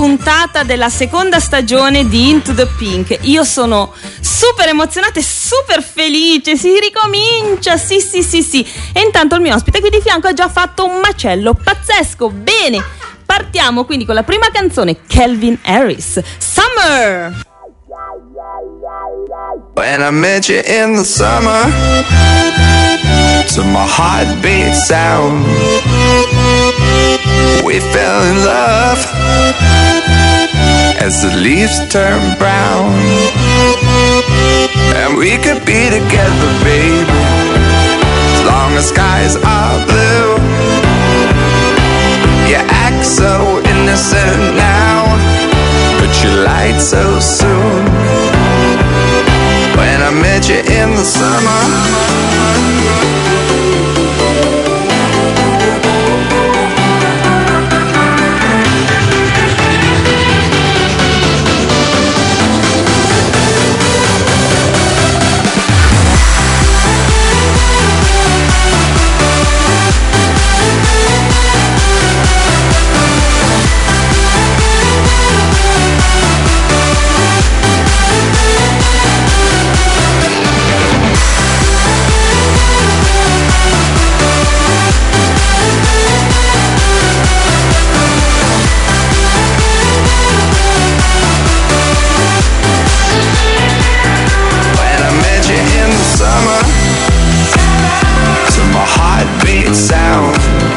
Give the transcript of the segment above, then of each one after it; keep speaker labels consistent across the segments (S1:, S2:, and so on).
S1: puntata della seconda stagione di Into the Pink. Io sono super emozionata e super felice, si ricomincia, sì. E intanto il mio ospite qui di fianco ha già fatto un macello pazzesco. Bene, partiamo quindi con la prima canzone, Calvin Harris, Summer.
S2: When I met you in the summer, to my heartbeat sound, we fell in love as the leaves turn brown. And we could be together, baby, as long as skies are blue. You act so innocent now, but you lied so soon. When I met you in the summer, sound,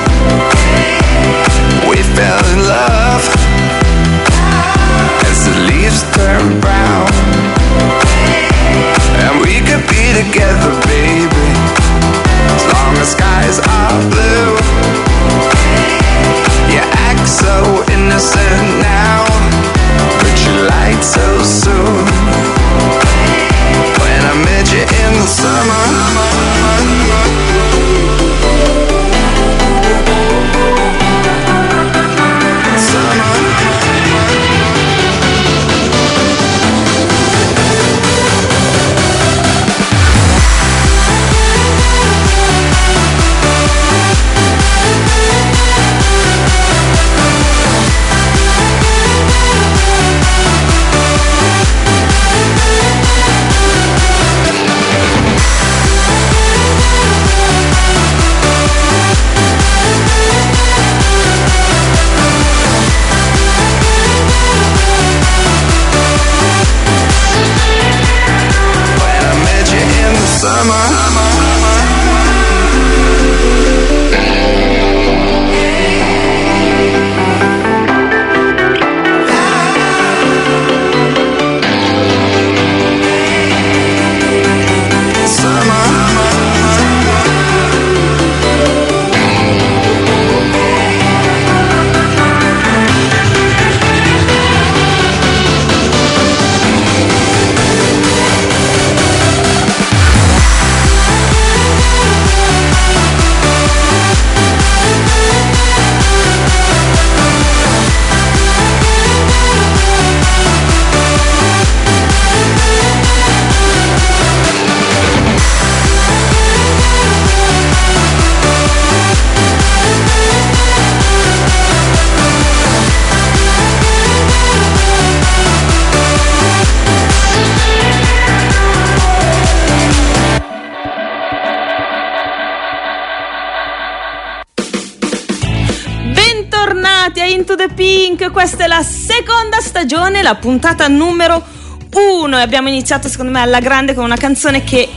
S2: we fell in love as the leaves turn brown. And we could be together, baby, as long as skies are blue. You act so innocent now, but you lied so soon. When I met you in the summer,
S1: questa è la seconda stagione, la puntata numero 1 e abbiamo iniziato secondo me alla grande con una canzone che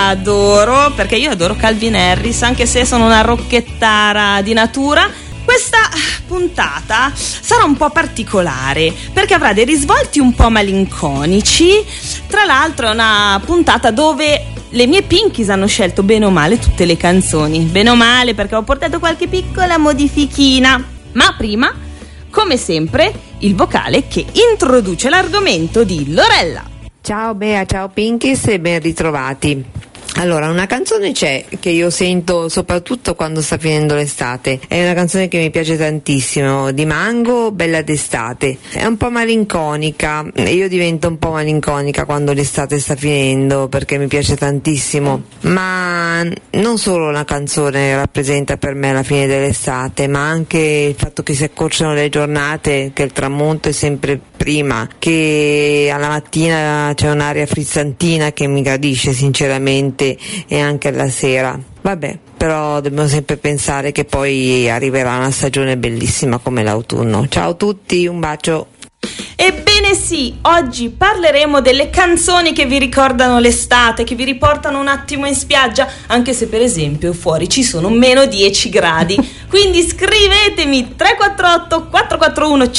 S1: adoro, perché io adoro Calvin Harris, anche se sono una rockettara di natura. Questa puntata sarà un po' particolare perché avrà dei risvolti un po' malinconici. Tra l'altro è una puntata dove le mie Pinkies hanno scelto bene o male tutte le canzoni, bene o male perché ho portato qualche piccola modifichina. Ma prima, come sempre, il vocale che introduce l'argomento di Lorella.
S3: Ciao Bea, ciao Pinkies e ben ritrovati. Allora, una canzone c'è che io sento soprattutto quando sta finendo l'estate, è una canzone che mi piace tantissimo, di Mango, Bella d'estate. È un po' malinconica, io divento un po' malinconica quando l'estate sta finendo perché mi piace tantissimo, ma non solo la canzone rappresenta per me la fine dell'estate, ma anche il fatto che si accorciano le giornate, che il tramonto è sempre prima, che alla mattina c'è un'aria frizzantina che mi gradisce sinceramente, e anche alla sera. Vabbè, però dobbiamo sempre pensare che poi arriverà una stagione bellissima come l'autunno. Ciao a tutti, un bacio.
S1: Ebbene sì, oggi parleremo delle canzoni che vi ricordano l'estate, che vi riportano un attimo in spiaggia, anche se per esempio fuori ci sono meno 10 gradi. Quindi scrivetemi 348 441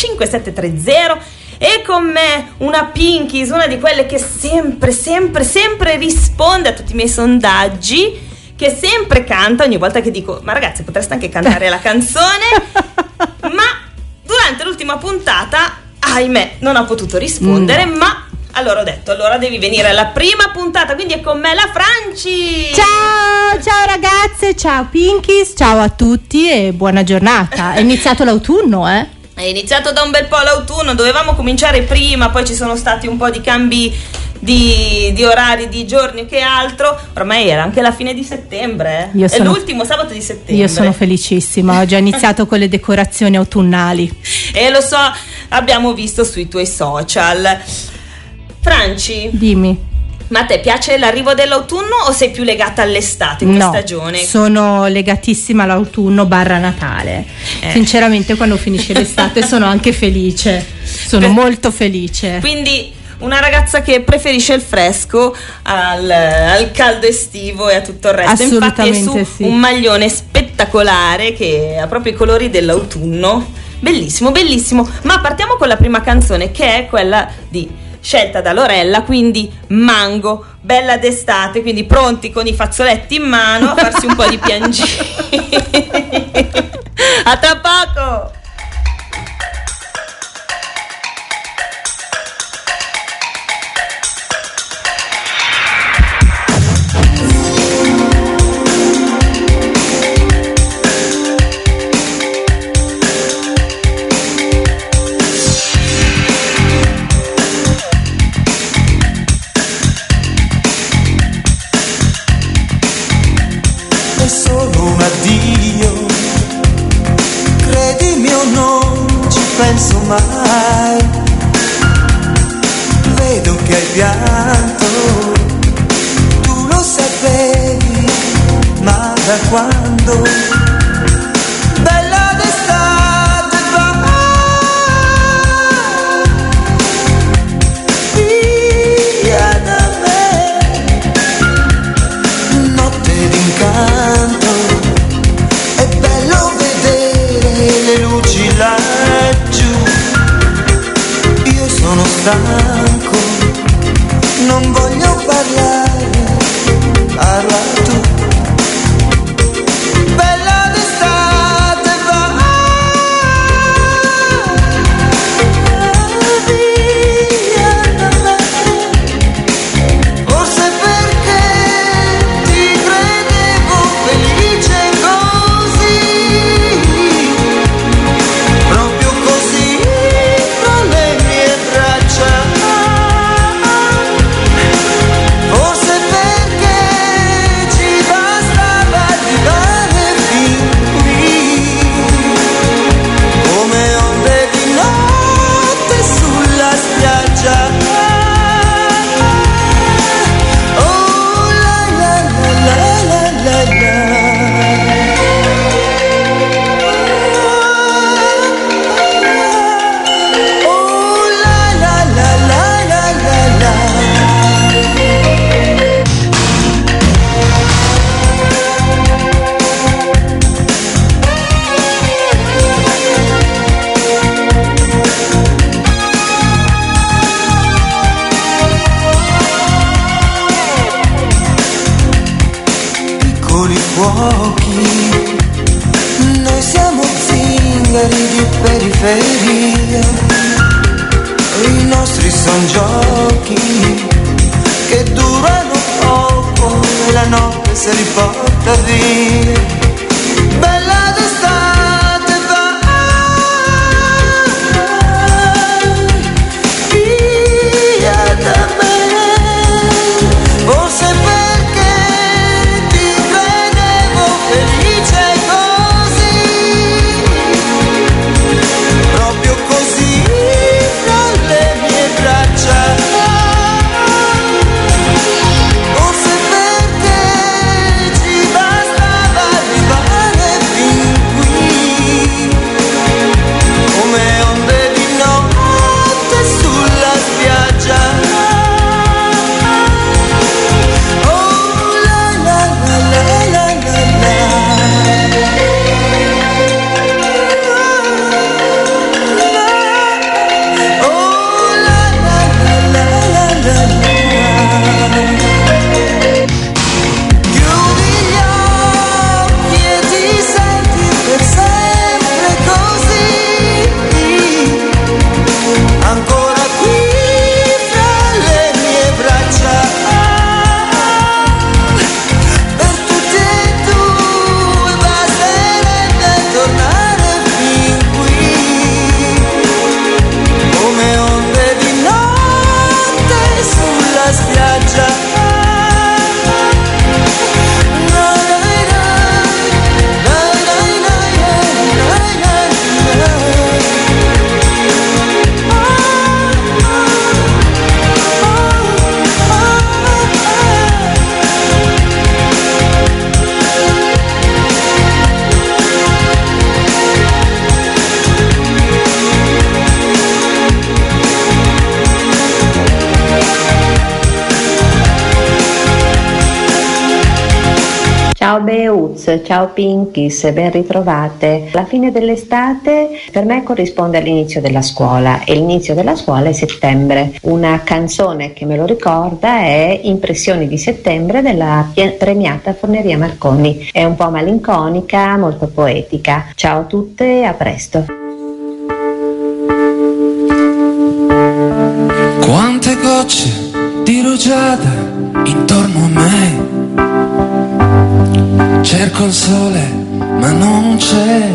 S1: 5730 e con me una Pinkies, una di quelle che sempre risponde a tutti i miei sondaggi, che sempre canta ogni volta che dico ma ragazzi potreste anche cantare la canzone, ma durante l'ultima puntata ahimè non ha potuto rispondere, ma allora ho detto allora devi venire alla prima puntata, quindi è con me la Franci.
S4: Ciao ragazze, ciao Pinkies, ciao a tutti e buona giornata. È iniziato l'autunno,
S1: È iniziato da un bel po' l'autunno, dovevamo cominciare prima, poi ci sono stati un po' di cambi di orari, di giorni che altro. Ormai era anche la fine di settembre, è l'ultimo sabato di settembre.
S4: Io sono felicissima, ho già iniziato con le decorazioni autunnali.
S1: E lo so, abbiamo visto sui tuoi social. Franci,
S4: dimmi.
S1: Ma a te piace l'arrivo dell'autunno o sei più legata all'estate, come stagione?
S4: No, sono legatissima all'autunno / Natale. Sinceramente quando finisce l'estate sono anche felice, sono molto felice.
S1: Quindi una ragazza che preferisce il fresco al caldo estivo e a tutto il resto.
S4: Assolutamente.
S1: Infatti è su
S4: sì.
S1: Un maglione spettacolare che ha proprio i colori dell'autunno. Bellissimo, bellissimo. Ma partiamo con la prima canzone, che è quella scelta da Lorella, quindi Mango, Bella d'estate, quindi pronti con i fazzoletti in mano a farsi un po' di piangini. A tra poco!
S2: È solo un addio, credimi o non ci penso mai. Vedo che hai pianto, tu lo sapevi, ma da quando? Bella d'estate va via da me, notte d'incanto, è bello vedere le luci laggiù. Io sono stanco, non voglio parlare, parla tu. Bella d'estate va via da me, forse perché ti credevo felice così, proprio così tra le mie braccia, forse perché ci bastava arrivare fin qui, come onde di notte sulla spiaggia. Oh la la la la la la la. Oh la la la la la la la. Piccoli fuochi, noi siamo zingari di periferia, i nostri son giochi che durano poco
S5: la notte se li porta via. Bella d'estate vai via da me, forse perché ti credevo felice così, proprio così fra le mie braccia. Forse perché ci bastava arrivare fin qui, come onde di notte sulla spiaggia. Oh la la la la la la la. Oh la la la la la la la. Chiudi gli occhi e ti senti per sempre così, ancora qui fra le mie braccia. Per tutti e due basterebbe tornare fin qui, come onde di notte sulla spiaggia.
S6: Ciao Beuz, ciao Pinkies, ben ritrovate. La fine dell'estate per me corrisponde all'inizio della scuola e l'inizio della scuola è settembre. Una canzone che me lo ricorda è Impressioni di settembre della premiata Forneria Marconi. È un po' malinconica, molto poetica. Ciao a tutte e a presto.
S7: Quante gocce di rugiada intorno a me, cerco il sole ma non c'è,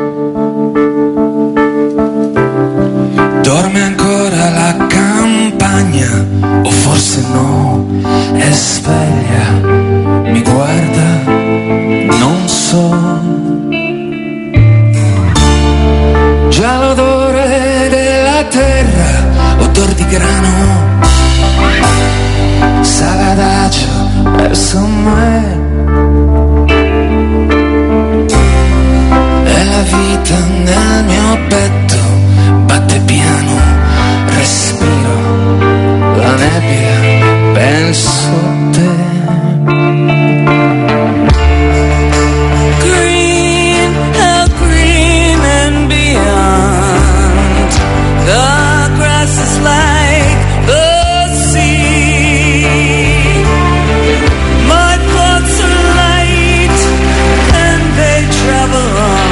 S7: dorme ancora la campagna o forse no, è sveglia, mi guarda, non so. Già l'odore della terra, odor di grano, sale adagio verso me. E la vita nel mio petto batte piano, respiro la nebbia, penso a te.
S5: Green, how green and beyond, the grass is like the sea. My thoughts are light and they travel on.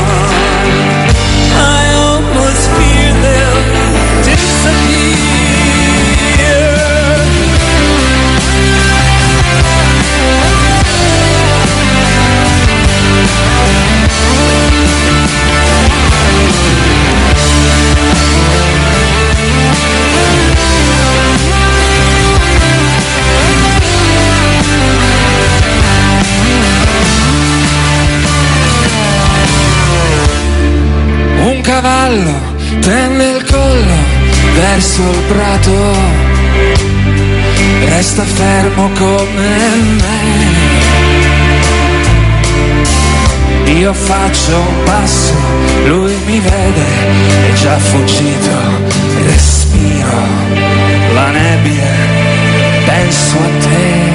S5: I almost fear they'll disappear.
S7: Un cavallo tende il collo verso il prato, resta fermo come me. Io faccio un passo, lui mi vede, è già fuggito, respiro la nebbia, penso a te.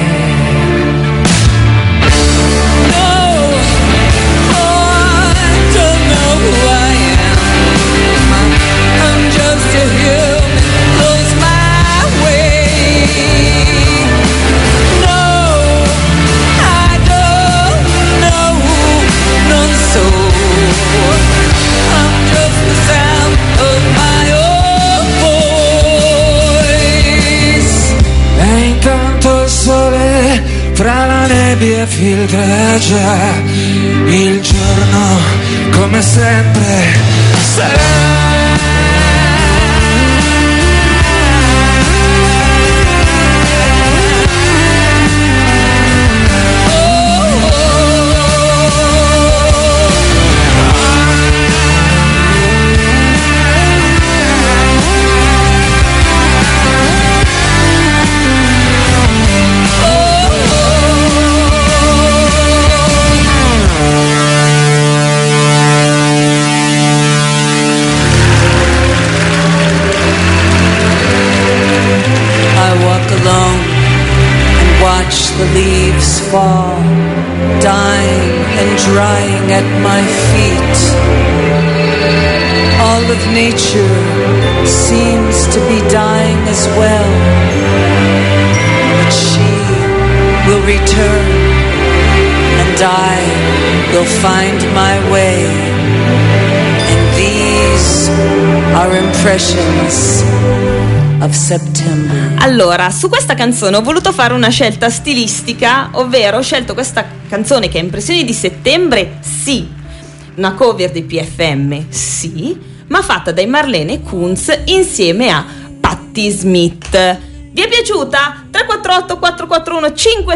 S5: Intanto il sole
S7: nebbie filtreggia il giorno come sempre sarà.
S5: The leaves fall, dying and drying at my feet. All of nature seems to be dying as well, but she will return and I will find my way. And these are impressions of September.
S1: Allora, su questa canzone ho voluto fare una scelta stilistica, ovvero ho scelto questa canzone che è Impressioni di settembre, sì, una cover di PFM, sì, ma fatta dai Marlene Kunz insieme a Patti Smith. Vi è piaciuta? 348 441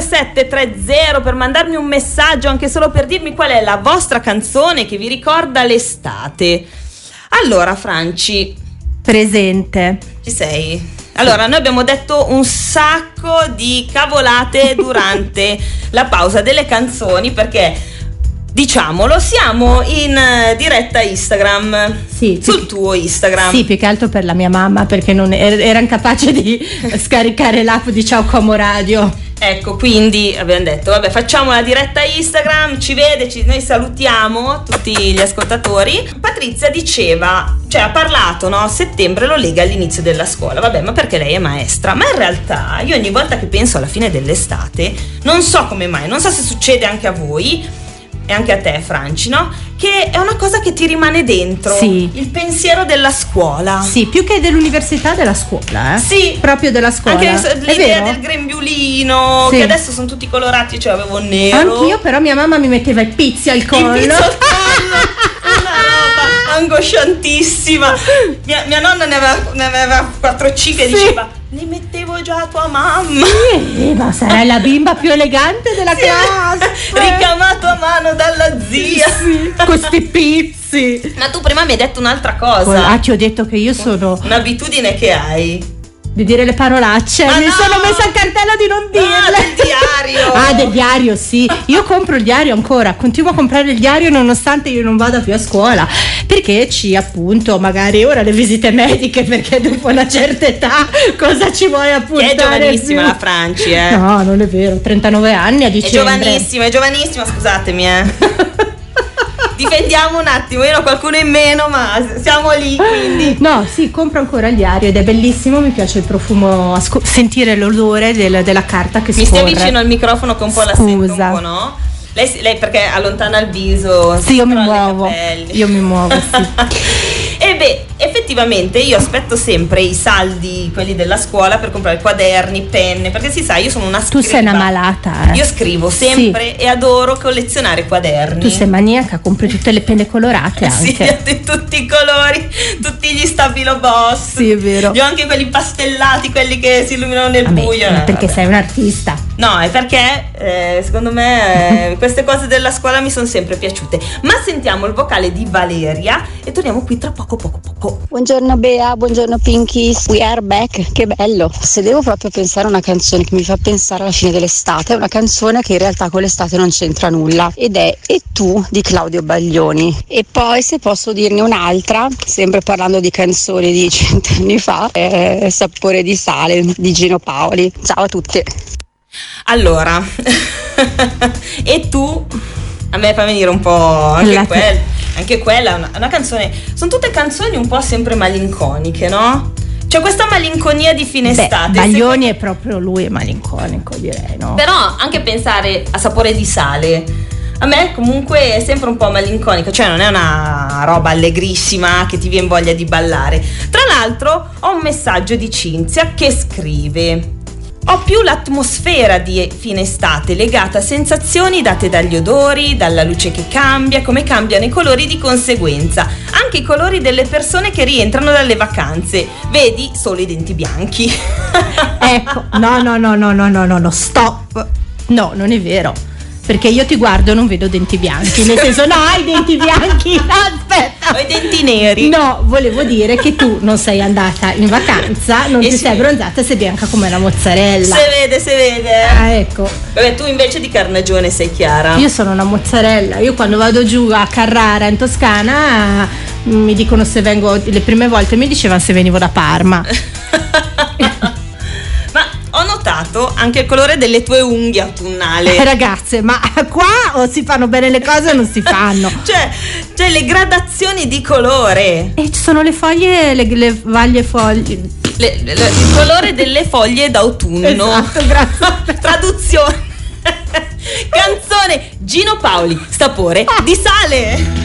S1: 5730 per mandarmi un messaggio, anche solo per dirmi qual è la vostra canzone che vi ricorda l'estate. Allora, Franci,
S4: presente.
S1: Ci sei? Allora, noi abbiamo detto un sacco di cavolate durante la pausa delle canzoni perché, diciamolo, siamo in diretta Instagram.
S4: Sì,
S1: sul tuo Instagram.
S4: Sì, più che altro per la mia mamma, perché non era incapace di scaricare l'app di Ciao Como Radio.
S1: Ecco, quindi abbiamo detto, vabbè, facciamo la diretta Instagram, ci vede, noi salutiamo tutti gli ascoltatori. Patrizia diceva, cioè ha parlato, no? Settembre lo lega all'inizio della scuola, vabbè, ma perché lei è maestra? Ma in realtà io ogni volta che penso alla fine dell'estate, non so come mai, non so se succede anche a voi e anche a te, Franci, no? Che è una cosa che ti rimane dentro.
S4: Sì.
S1: Il pensiero della scuola.
S4: Sì, più che dell'università, della scuola, eh?
S1: Sì.
S4: Proprio della scuola.
S1: Anche l'idea del grembiulino, sì, che adesso sono tutti colorati, cioè avevo nero.
S4: Anch'io, però mia mamma mi metteva i pizzi al collo.
S1: Il pizzo al collo. Una roba angosciantissima. Mia nonna ne aveva 4-5 e diceva: li mettevo già a tua mamma.
S4: Sì, ma sarai la bimba più elegante della classe.
S1: Ricamato a mano dalla zia.
S4: Sì, questi pizzi.
S1: Ma tu prima mi hai detto un'altra cosa.
S4: Ah, ti ho detto che io sono
S1: un'abitudine che hai
S4: di dire le parolacce.
S1: Ma
S4: mi
S1: no!
S4: sono messa al cartello di non dirle.
S1: Del diario.
S4: Ah, del diario, sì. Io compro il diario ancora, continuo a comprare il diario nonostante io non vada più a scuola, perché appunto magari ora le visite mediche, perché dopo una certa età cosa ci vuoi appuntare?
S1: È giovanissima
S4: più?
S1: La Franci,
S4: No, non è vero, 39 anni a dicembre.
S1: È giovanissima, scusatemi, Difendiamo un attimo, io ho qualcuno in meno, ma siamo lì, quindi.
S4: No, sì, compro ancora il diario ed è bellissimo, mi piace il profumo, sentire l'odore della carta che
S1: mi
S4: scorre.
S1: Mi stia vicino al microfono che un po' la sento un po', no? Lei perché allontana il viso.
S4: Sì, io mi muovo, sì.
S1: E beh, effettivamente io aspetto sempre i saldi, quelli della scuola, per comprare quaderni, penne, perché si sa, io sono una scriva.
S4: Tu sei una malata,
S1: Io scrivo sempre, sì, e adoro collezionare quaderni.
S4: Tu sei maniaca, compri tutte le penne colorate anche.
S1: Sì, di tutti i colori, tutti gli Stabilo Boss.
S4: Sì, è vero.
S1: Io ho anche quelli pastellati, quelli che si illuminano nel buio.
S4: Perché sei un artista.
S1: No, è perché secondo me queste cose della scuola mi sono sempre piaciute. Ma sentiamo il vocale di Valeria e torniamo qui tra poco.
S8: Buongiorno Bea, buongiorno Pinkies, we are back, che bello. Se devo proprio pensare a una canzone che mi fa pensare alla fine dell'estate, è una canzone che in realtà con l'estate non c'entra nulla, ed è E tu di Claudio Baglioni. E poi, se posso dirne un'altra, sempre parlando di canzoni di 100 anni fa, è Sapore di sale di Gino Paoli. Ciao a tutti.
S1: Allora, e tu, a me fa venire un po' anche quella è una canzone, sono tutte canzoni un po' sempre malinconiche, no? C'è questa malinconia di fine estate.
S4: Baglioni è proprio lui, è malinconico, direi, no?
S1: Però anche pensare a Sapore di sale, a me comunque è sempre un po' malinconica, cioè non è una roba allegrissima che ti viene voglia di ballare. Tra l'altro ho un messaggio di Cinzia che scrive: Ho più l'atmosfera di fine estate, legata a sensazioni date dagli odori, dalla luce che cambia, come cambiano i colori di conseguenza, anche i colori delle persone che rientrano dalle vacanze. Vedi solo i denti bianchi.
S4: Ecco, no, stop. No, non è vero. Perché io ti guardo e non vedo denti bianchi. Nel senso, no, hai denti bianchi. Aspetta.
S1: Ho i denti neri.
S4: No, volevo dire che tu non sei andata in vacanza, non ti sei bronzata, sei bianca come la mozzarella.
S1: Si vede.
S4: Ah, ecco.
S1: Vabbè, tu invece di carnagione sei chiara.
S4: Io sono una mozzarella. Io quando vado giù a Carrara in Toscana mi dicono se vengo, le prime volte mi dicevano se venivo da Parma.
S1: Ho notato anche il colore delle tue unghie autunnali.
S4: Ragazze, ma qua o si fanno bene le cose o non si fanno.
S1: cioè le gradazioni di colore.
S4: E ci sono le foglie, le vaglie foglie.
S1: Il colore delle foglie d'autunno.
S4: Esatto, grazie.
S1: Traduzione. Canzone Gino Paoli, Sapore di sale.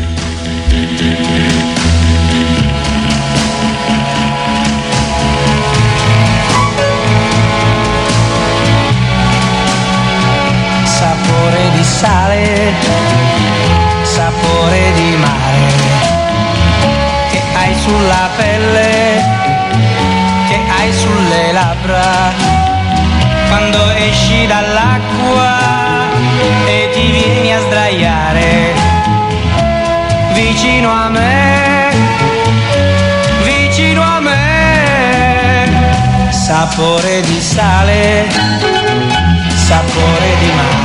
S7: Sapore di sale, sapore di mare, che hai sulla pelle, che hai sulle labbra, quando esci dall'acqua e ti vieni a sdraiare vicino a me, vicino a me. Sapore di sale, sapore di mare,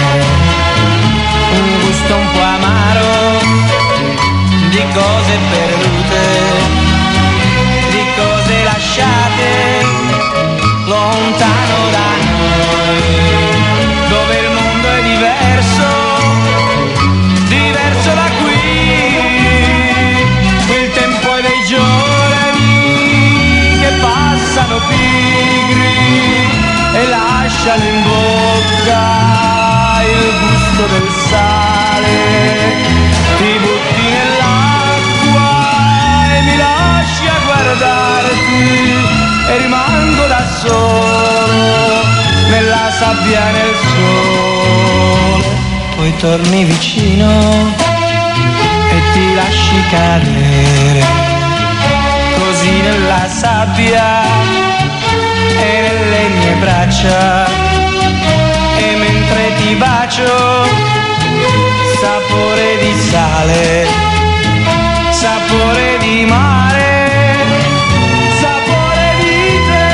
S7: un gusto un po' amaro di cose perdute, di cose lasciate lontano da noi, dove il mondo è diverso, diverso da qui. Il tempo è dei giorni che passano pigri e lasciano in bocca il gusto del sale. Ti butti nell'acqua e mi lasci a guardarti e rimango da solo nella sabbia e nel sole. Poi torni vicino e ti lasci cadere così nella sabbia e nelle mie braccia, e mentre ti bacio, sapore di sale, sapore di mare, sapore di te.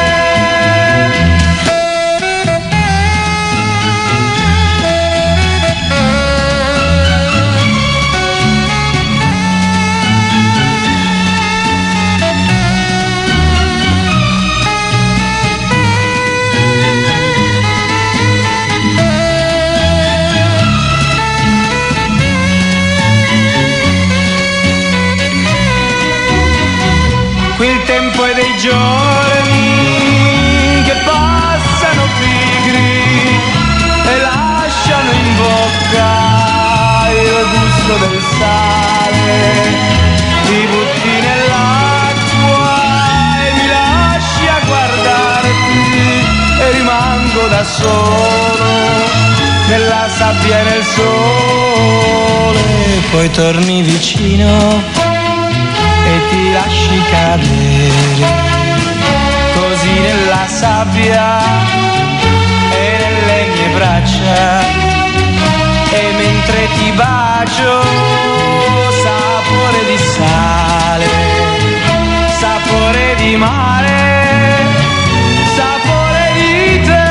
S7: Il tempo è dei giorni che passano pigri e lasciano in bocca il gusto del sale. Ti butti nell'acqua e mi lasci a guardarti e rimango da solo nella sabbia e nel sole. Poi torni vicino e ti lasci cadere così nella sabbia e nelle mie braccia, e mentre ti bacio, sapore di sale, sapore di mare, sapore di te.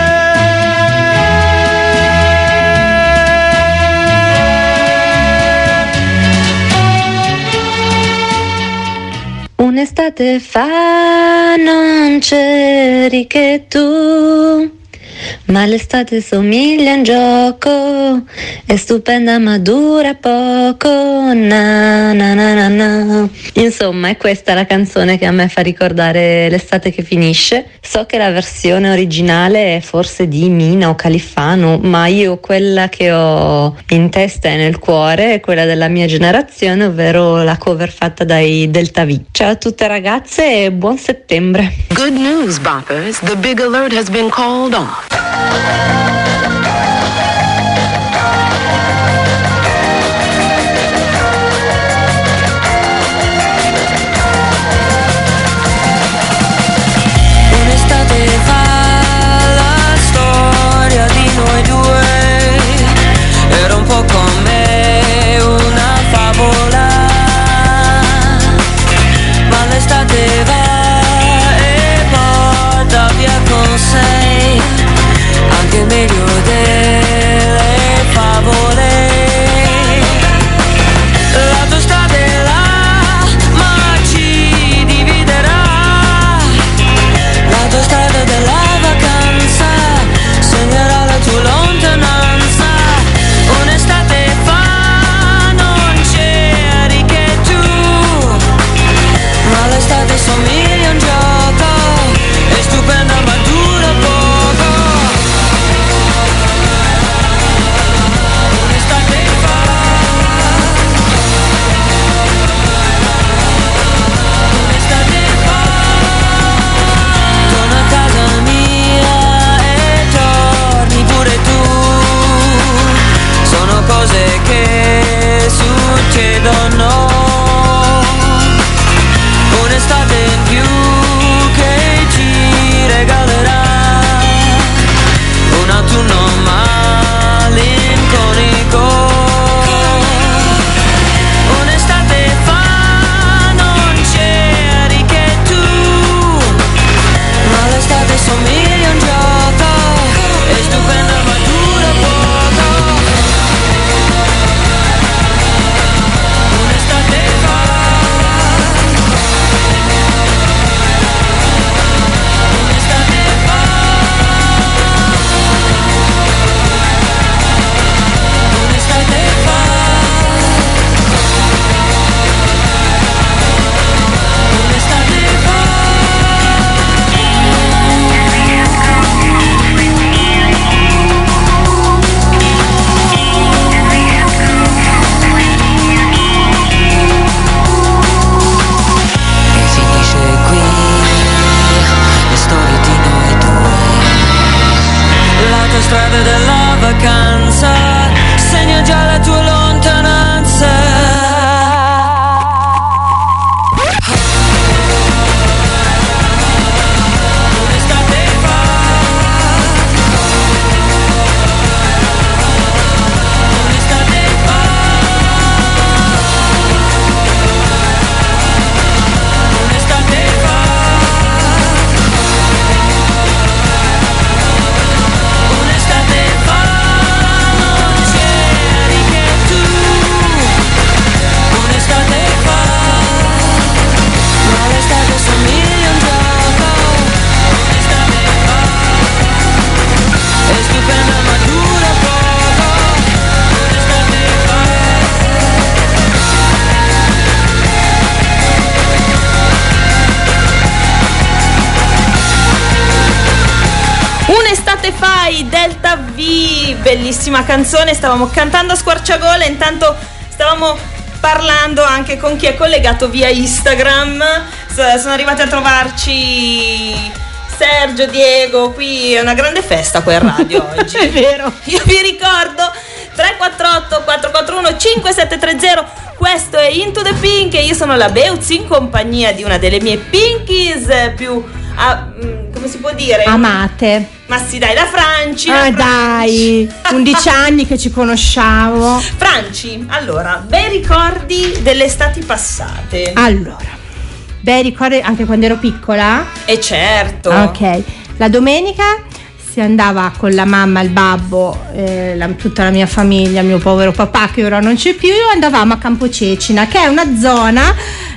S9: Un'estate fa non c'eri che tu, Ma l'estate somiglia a un gioco, è stupenda ma dura poco, na na na na na. Insomma, è questa la canzone che a me fa ricordare l'estate che finisce. So che la versione originale è forse di Mina o Califano, ma io quella che ho in testa e nel cuore è quella della mia generazione, ovvero la cover fatta dai Delta V. Ciao a tutte ragazze e buon settembre.
S10: Good news, boppers. The big alert has been called off.
S5: Un'estate fa la storia di noi due era un po' come una favola, ma l'estate va e porta via con sé anche il meglio delle favole. La tua strada è là, ma ci dividerà. La tua strada della vacanza segnerà la tua lontananza. Un'estate fa non c'eri che tu, ma l'estate somiglia a un gioco, è stupenda ma dura poco. Un'estate fa, un'estate fa, torno a casa mia e torni pure tu. Sono cose che succedono. Un'estate in più che ci regalerà un autunno malinconico. Un'estate fa non c'eri che tu, ma l'estate somiglia a un gioco, è stupenda ma dura poco. Un'estate fa, un'estate fa, un'estate fa, un'estate fa. E finisce qui la storia di noi due. La tua strada della vacanza segna già la tua lontananza. Un'estate fa, un'estate fa, un'estate fa, un'estate fa, non c'eri che tu. Un'estate fa, ma l'estate somiglia a un gioco. Un'estate fa, è stupenda ma dura poco. Un'estate fa.
S1: Un'estate fa, i Delta V, bellissima canzone, stavamo cantando a squarciagola, intanto stavamo parlando anche con chi è collegato via Instagram. Sono arrivati a trovarci Sergio, Diego, qui è una grande festa qua in radio oggi.
S4: È vero.
S1: Io vi ricordo 348 441 5730, questo è Into the Pink e io sono la Beuz in compagnia di una delle mie Pinkies più come si può dire?
S4: Amate.
S1: Ma sì, dai, la Franci.
S4: Dai, 11 anni che ci conosciamo.
S1: Franci, allora, bei ricordi delle estati passate.
S4: Allora, bei ricordi anche quando ero piccola?
S1: Certo.
S4: Ok, la domenica si andava con la mamma, il babbo, tutta la mia famiglia, mio povero papà che ora non c'è più, andavamo a Campocecina, che è una zona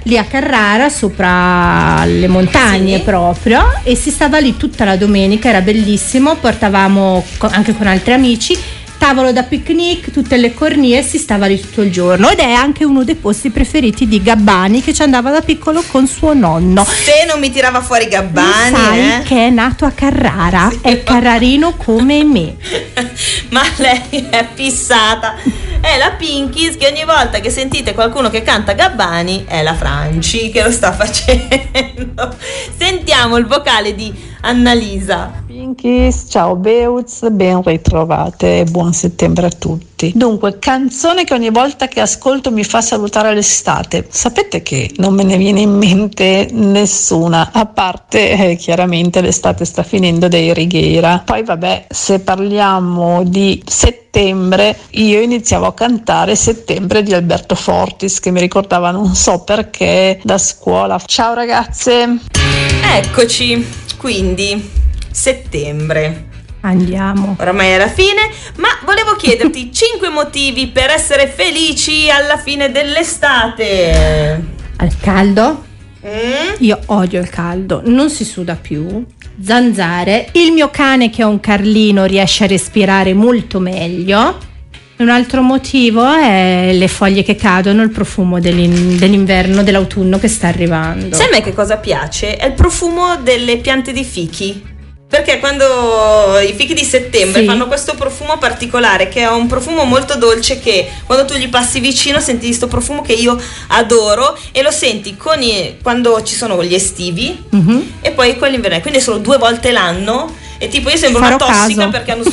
S4: lì a Carrara, sopra le montagne proprio, e si stava lì tutta la domenica, era bellissimo, portavamo anche con altri amici, tavolo da picnic, tutte le cornie, si stava lì tutto il giorno, ed è anche uno dei posti preferiti di Gabbani, che ci andava da piccolo con suo nonno.
S1: Se non mi tirava fuori Gabbani,
S4: sai che è nato a Carrara, sì, è carrarino come me.
S1: Ma lei è fissata. È la Pinkies che ogni volta che sentite qualcuno che canta Gabbani è la Franci che lo sta facendo. Sentiamo il vocale di Annalisa.
S11: Pinkies, ciao Beuz, ben ritrovate e buon settembre a tutti. Dunque, canzone che ogni volta che ascolto mi fa salutare l'estate. Sapete che non me ne viene in mente nessuna, a parte chiaramente l'estate sta finendo dei Righiera. Poi vabbè, se parliamo di settembre, io iniziavo a cantare Settembre di Alberto Fortis, che mi ricordava non so perché da scuola. Ciao ragazze.
S1: Eccoci, quindi settembre.
S4: Andiamo.
S1: Oramai è la fine, ma volevo chiederti 5 motivi per essere felici alla fine dell'estate.
S4: Al caldo? Io odio il caldo, non si suda più. Zanzare. Il mio cane, che è un carlino, riesce a respirare molto meglio. Un altro motivo è le foglie che cadono, il profumo dell'inverno, dell'autunno che sta arrivando.
S1: Sai a me che cosa piace? È il profumo delle piante di fichi. Perché quando i fichi di settembre fanno questo profumo particolare, che è un profumo molto dolce, che quando tu gli passi vicino senti questo profumo che io adoro, e lo senti quando ci sono gli estivi e poi con l'inverno. Quindi sono 2 volte l'anno, e tipo io sembro una tossica perché hanno...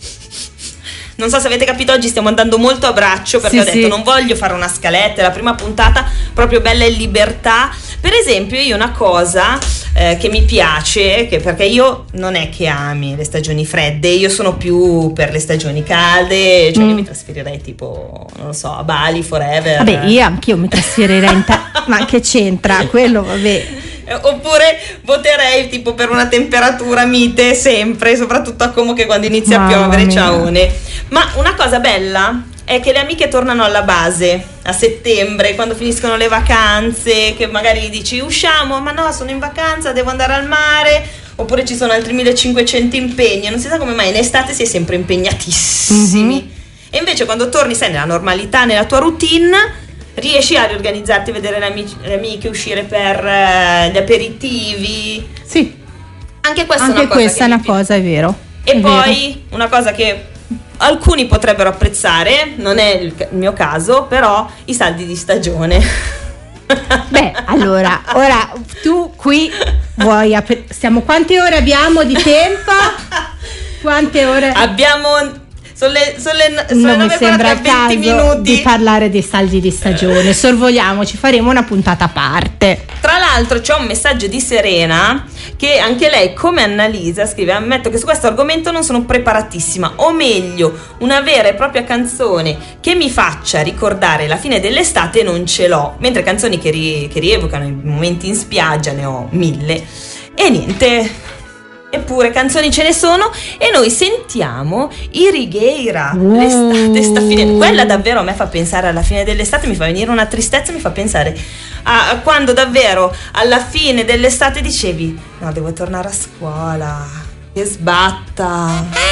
S1: Non so se avete capito, oggi stiamo andando molto a braccio, perché ho detto non voglio fare una scaletta, è la prima puntata proprio bella in libertà. Per esempio, io una cosa che mi piace, perché io non è che ami le stagioni fredde, io sono più per le stagioni calde, cioè io mi trasferirei tipo, non lo so, a Bali forever.
S4: Vabbè, anch'io mi trasferirei ma che c'entra? Quello vabbè.
S1: Oppure voterei tipo per una temperatura mite sempre, soprattutto a Como, che quando inizia a piovere ciaone. Ma una cosa bella è che le amiche tornano alla base a settembre, quando finiscono le vacanze, che magari dici usciamo, ma no, sono in vacanza, devo andare al mare, oppure ci sono altri 1500 impegni, non si sa come mai in estate si è sempre impegnatissimi. E invece quando torni, sai, nella normalità, nella tua routine, riesci a riorganizzarti, vedere le amiche, uscire per gli aperitivi.
S4: Sì,
S1: anche questa
S4: è una cosa, è vero.
S1: E è poi vero. Una cosa che alcuni potrebbero apprezzare, non è il mio caso, però i saldi di stagione.
S4: Beh, allora, ora tu qui vuoi quante ore abbiamo di tempo? Quante ore?
S1: Abbiamo sono le
S4: non
S1: 9:40,
S4: mi sembra il
S1: 20
S4: caso
S1: minuti
S4: di parlare dei saldi di stagione. Sorvoliamoci, faremo una puntata a parte.
S1: Tra l'altro c'è un messaggio di Serena, che anche lei, come Annalisa, scrive: ammetto che su questo argomento non sono preparatissima, o meglio, una vera e propria canzone che mi faccia ricordare la fine dell'estate non ce l'ho, mentre canzoni che rievocano i momenti in spiaggia ne ho 1000. E niente, eppure canzoni ce ne sono, e noi sentiamo i Righiera. L'estate sta finendo. Quella davvero a me fa pensare alla fine dell'estate, mi fa venire una tristezza, mi fa pensare a quando davvero alla fine dell'estate dicevi no, devo tornare a scuola, che sbatta.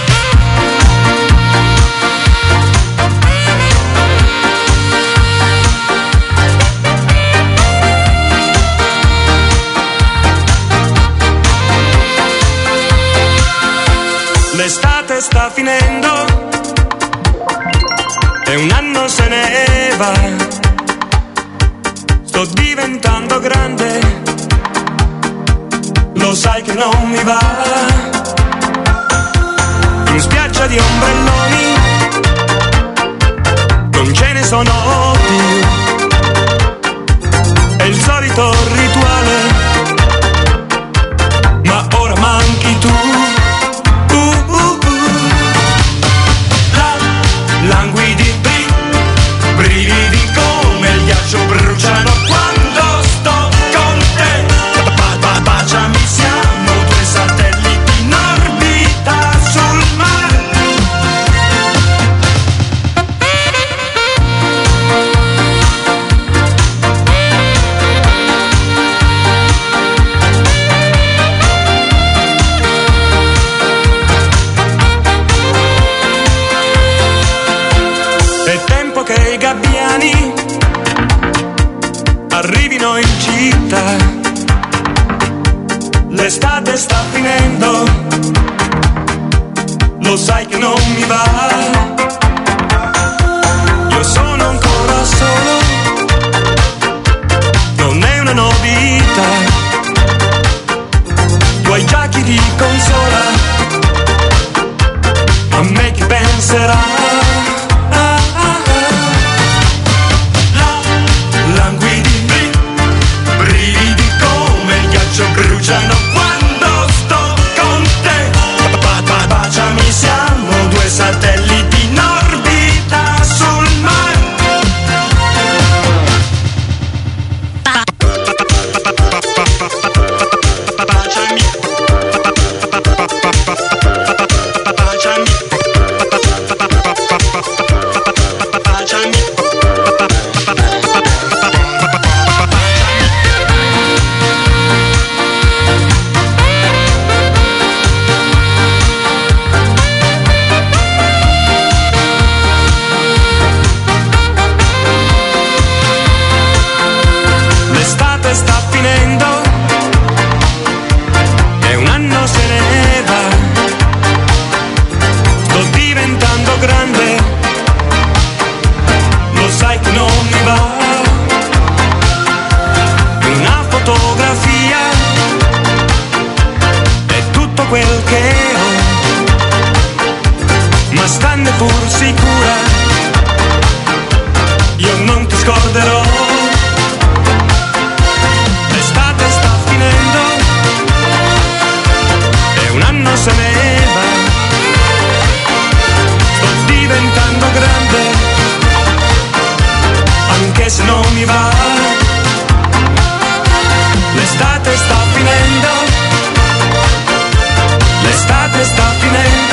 S12: L'estate sta finendo e un anno se ne va. Sto diventando grande, lo sai che non mi va. In spiaggia di ombrelloni non ce ne sono più. È il solito rituale, ma ora manchi tu. Languidi, brividi come il ghiaccio bruciano quando sto con te. Baciami, siamo 2 satelliti in orbita sul mare. americani arrivino in città. L'estate sta finendo, lo sai che non mi va. Io sono ancora solo, non è una novità. Tu hai già chi ti consola, a me chi penserà. Languidi, brividi come il ghiaccio bruciano quando sto con te. Baciami, siamo due satelliti in orbita sul mare. Baciami, baciami, baciami. L'estate sta finendo e un anno se ne va. Sto diventando grande, lo sai che non mi va. Una fotografia è tutto quel che ho, ma stanne pur sicura, io non ti scorderò. L'estate sta finendo e un anno se ne va. Sto diventando grande, anche se non mi va. L'estate sta finendo, l'estate sta finendo,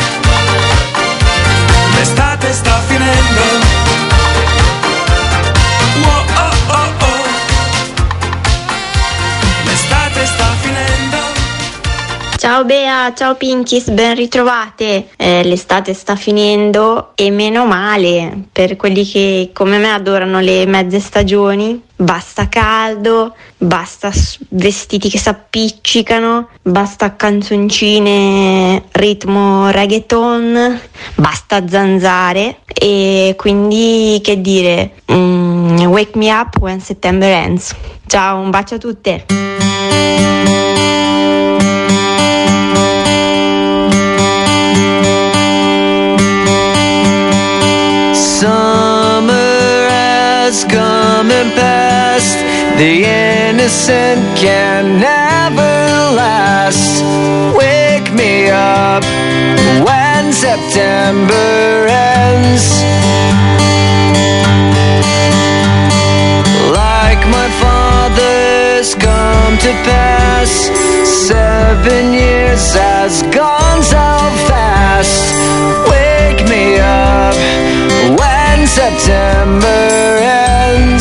S12: l'estate sta finendo. Wow, oh, oh, oh. L'estate sta finendo.
S13: Ciao Bea, ciao Pinkies, ben ritrovate. L'estate sta finendo e meno male per quelli che come me adorano le mezze stagioni. Basta caldo, basta vestiti che s'appiccicano, basta canzoncine ritmo reggaeton, basta zanzare e quindi che dire, wake me up when September ends. Ciao, un bacio a tutte.
S5: Summer has come and passed. The innocent can never last. Wake me up when September ends. Like my father's come to pass, 7 years has gone so fast. Wake me up when September ends.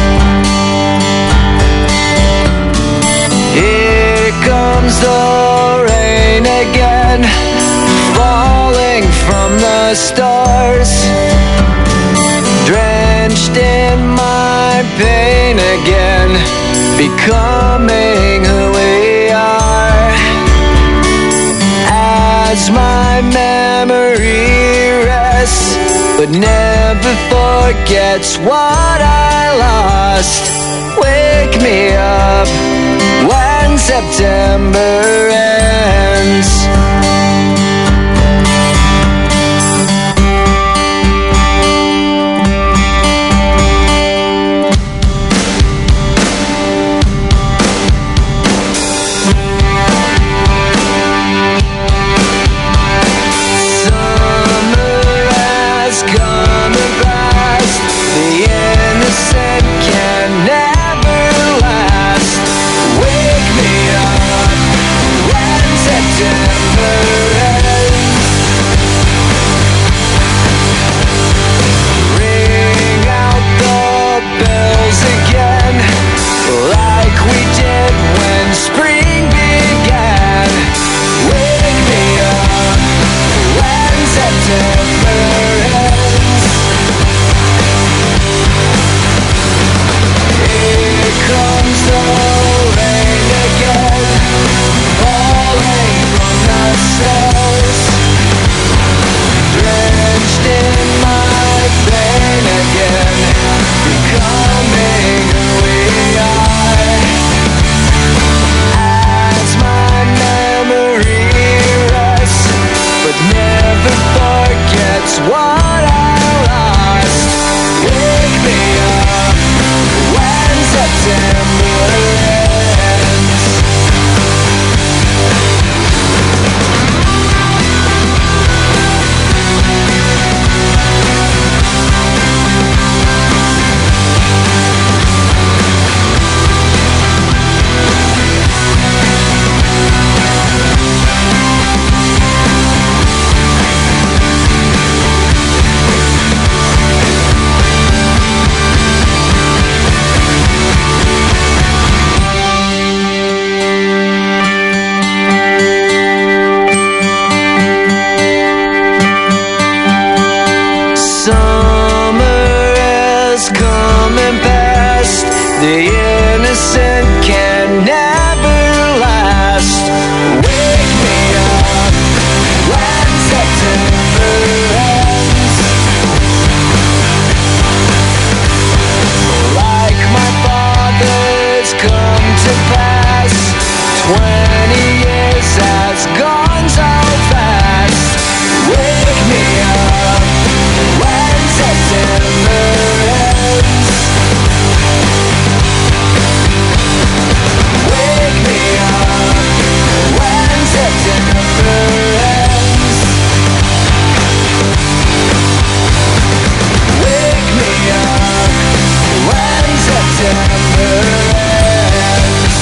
S5: Here comes the rain again, falling from the stars, drenched in my pain again, becoming who we are. As my memory rests, but never forgets what I lost. Wake me up when September ends. September
S7: The innocent can never last. Wake me up when September ends. Like my father's come to pass. 20 years has gone so fast. Wake me up when September ends. Wake me up when September ends. Wake me up when September ends.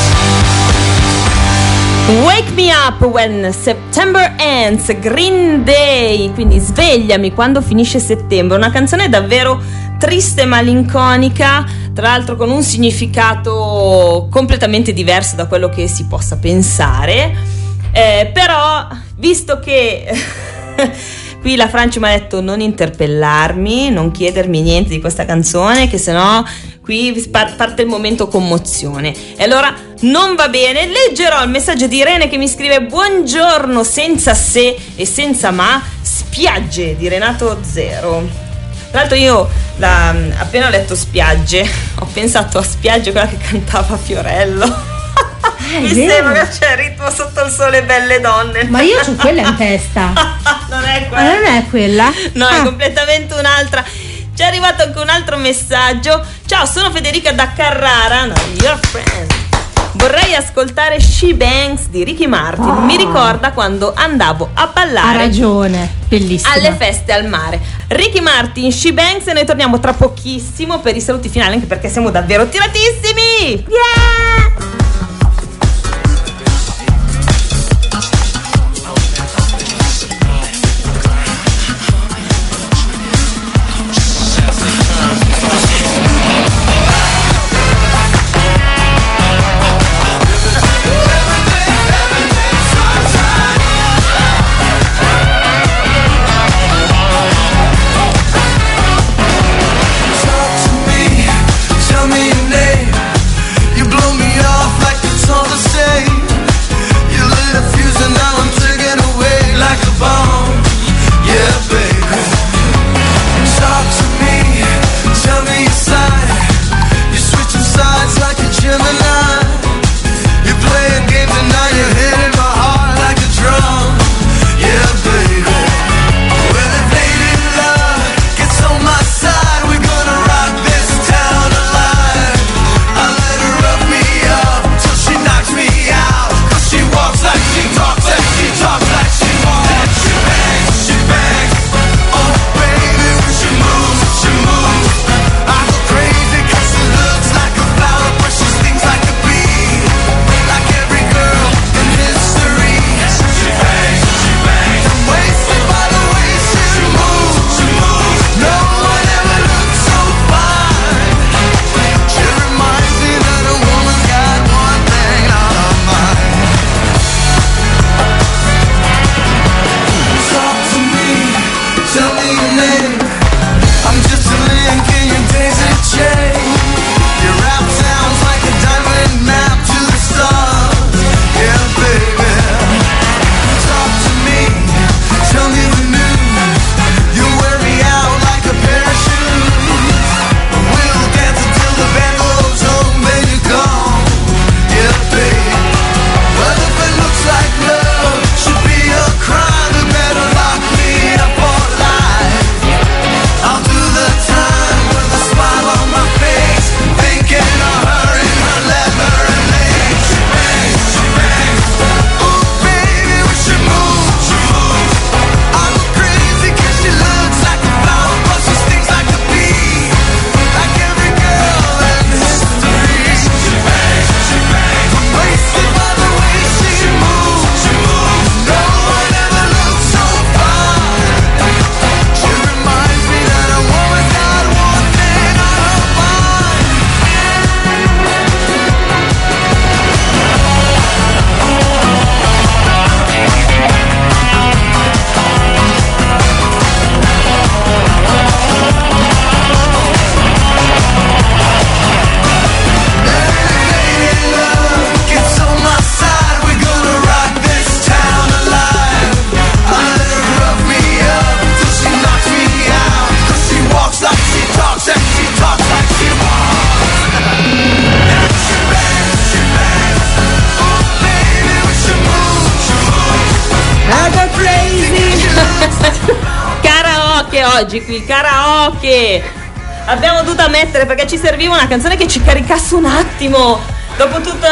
S1: Wake me up when September ends, Green Day, quindi svegliami quando finisce settembre, una canzone davvero triste e malinconica, tra l'altro con un significato completamente diverso da quello che si possa pensare, però visto che qui la Franci mi ha detto non interpellarmi, non chiedermi niente di questa canzone, che sennò qui parte il momento commozione, e allora non va bene. Leggerò il messaggio di Irene che mi scrive: buongiorno, senza se e senza ma, spiagge di Renato Zero. Tra l'altro io appena ho letto spiagge ho pensato a Spiagge, quella che cantava Fiorello. Mi sembra che c'è ritmo sotto il sole, belle donne.
S4: Ma io c'ho quella in testa.
S1: Non è quella.
S4: Ma non è quella?
S1: No, è completamente un'altra. Ci è arrivato anche un altro messaggio. Ciao, sono Federica da Carrara. No, your friend. Vorrei ascoltare She Bangs di Ricky Martin. Mi ricorda quando andavo a ballare.
S4: Ha ragione, bellissima.
S1: Alle feste al mare. Ricky Martin, She Bangs, e noi torniamo tra pochissimo per i saluti finali, anche perché siamo davvero tiratissimi. Yeah!
S7: Tell me your name. You blow me off
S1: oggi qui, karaoke. Abbiamo dovuto mettere perché ci serviva una canzone che ci caricasse un attimo. Dopo tutto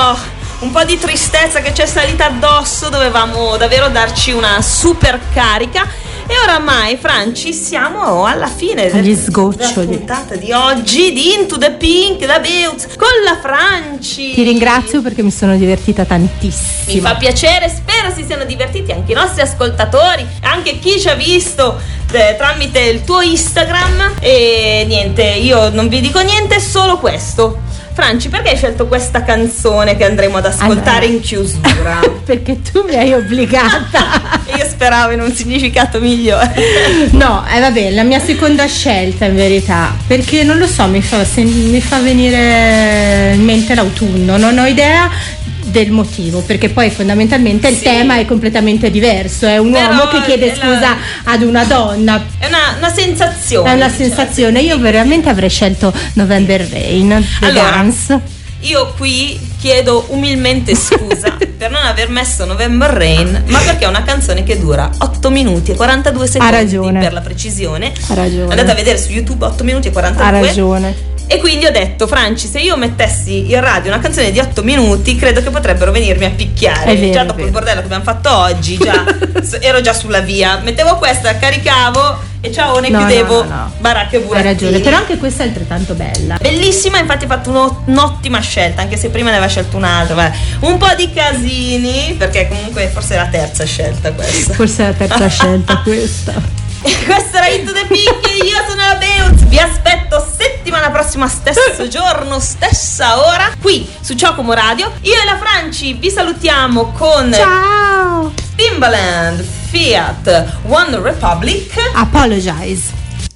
S1: un po' di tristezza che ci è salita addosso, dovevamo davvero darci una super carica. E oramai, Franci, siamo alla fine
S4: agli sgoccioli
S1: della puntata di oggi di Into the Pink da Beutz con la Franci.
S4: Ti ringrazio perché mi sono divertita tantissimo.
S1: Mi fa piacere, spero si siano divertiti anche i nostri ascoltatori, anche chi ci ha visto tramite il tuo Instagram. E niente, io non vi dico niente, solo questo. Franci, perché hai scelto questa canzone che andremo ad ascoltare in chiusura?
S4: Perché tu mi hai obbligata.
S1: Io speravo in un significato migliore.
S4: No, vabbè, la mia seconda scelta in verità, perché non lo so, mi fa venire in mente l'autunno, non ho idea del motivo, perché poi fondamentalmente il tema è completamente diverso, è un uomo che chiede scusa ad una donna,
S1: è una sensazione,
S4: è una sensazione. Io veramente avrei scelto November Rain The Guns.
S1: Io qui chiedo umilmente scusa per non aver messo November Rain, ma perché è una canzone che dura 8 minuti e 42 secondi.
S4: Ha ragione,
S1: per la precisione.
S4: Ha ragione.
S1: Andate a vedere su YouTube 8 minuti e 42.
S4: Ha ragione.
S1: E quindi ho detto, Franci, se io mettessi in radio una canzone di 8 minuti, credo che potrebbero venirmi a picchiare.
S4: Vero,
S1: già dopo il bordello che abbiamo fatto oggi, ero già sulla via. Mettevo questa, caricavo e ciao, ne chiudevo baracche e burattini.
S4: Hai ragione, però anche questa è altrettanto bella.
S1: Bellissima, infatti hai fatto un'ottima scelta, anche se prima ne aveva scelto un'altra. Un po' di casini, perché comunque forse è la terza scelta questa.
S4: Forse è la terza scelta questa.
S1: Questo era Into the Pink, io sono la Beutz, vi aspetto settimana prossima, stesso giorno, stessa ora, qui su Ciocomo Radio. Io e la Franci vi salutiamo con
S4: ciao
S1: Timbaland, Fiat, One Republic,
S4: Apologize.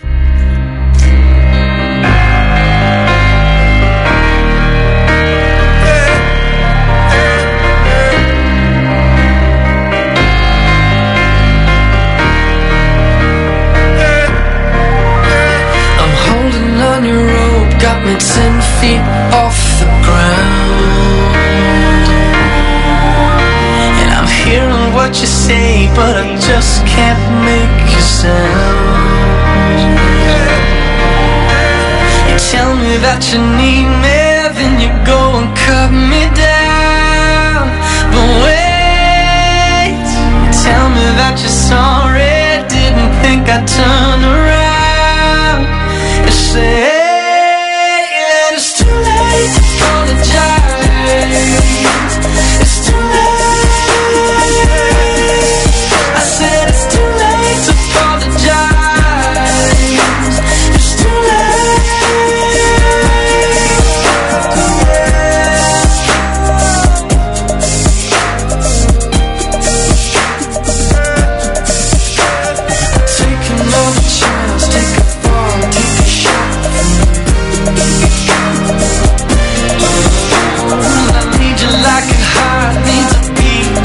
S7: Got me 10 feet off the ground, and I'm hearing what you say, but I just can't make a sound. You tell me that you need me, then you go and cut me down. But wait, you tell me that you're sorry, didn't think I'd turn around. You say it's too late. I said it's too late to apologize. It's too take another chance, take a fall, take a shot. Like a heart needs a beat.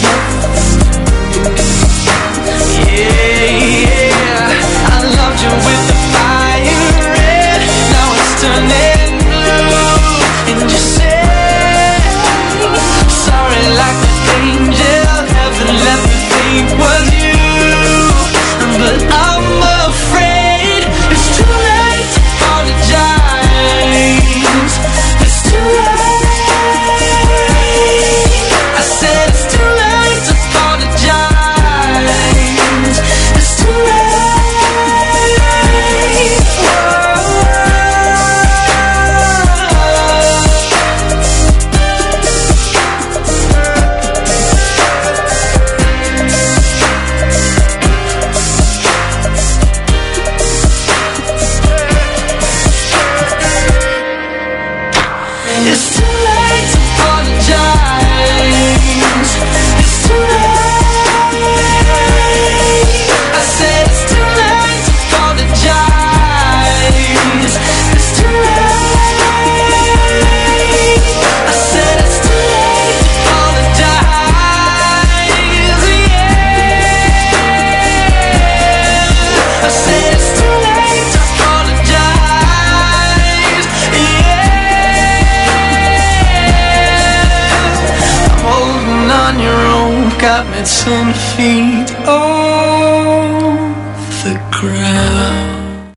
S7: Yeah, I loved you with the fire red. Now it's turning blue. And you say sorry like an angel. Heaven let me think was you. But I'm afraid it's too late to apologize. It's too late. got me 10 feet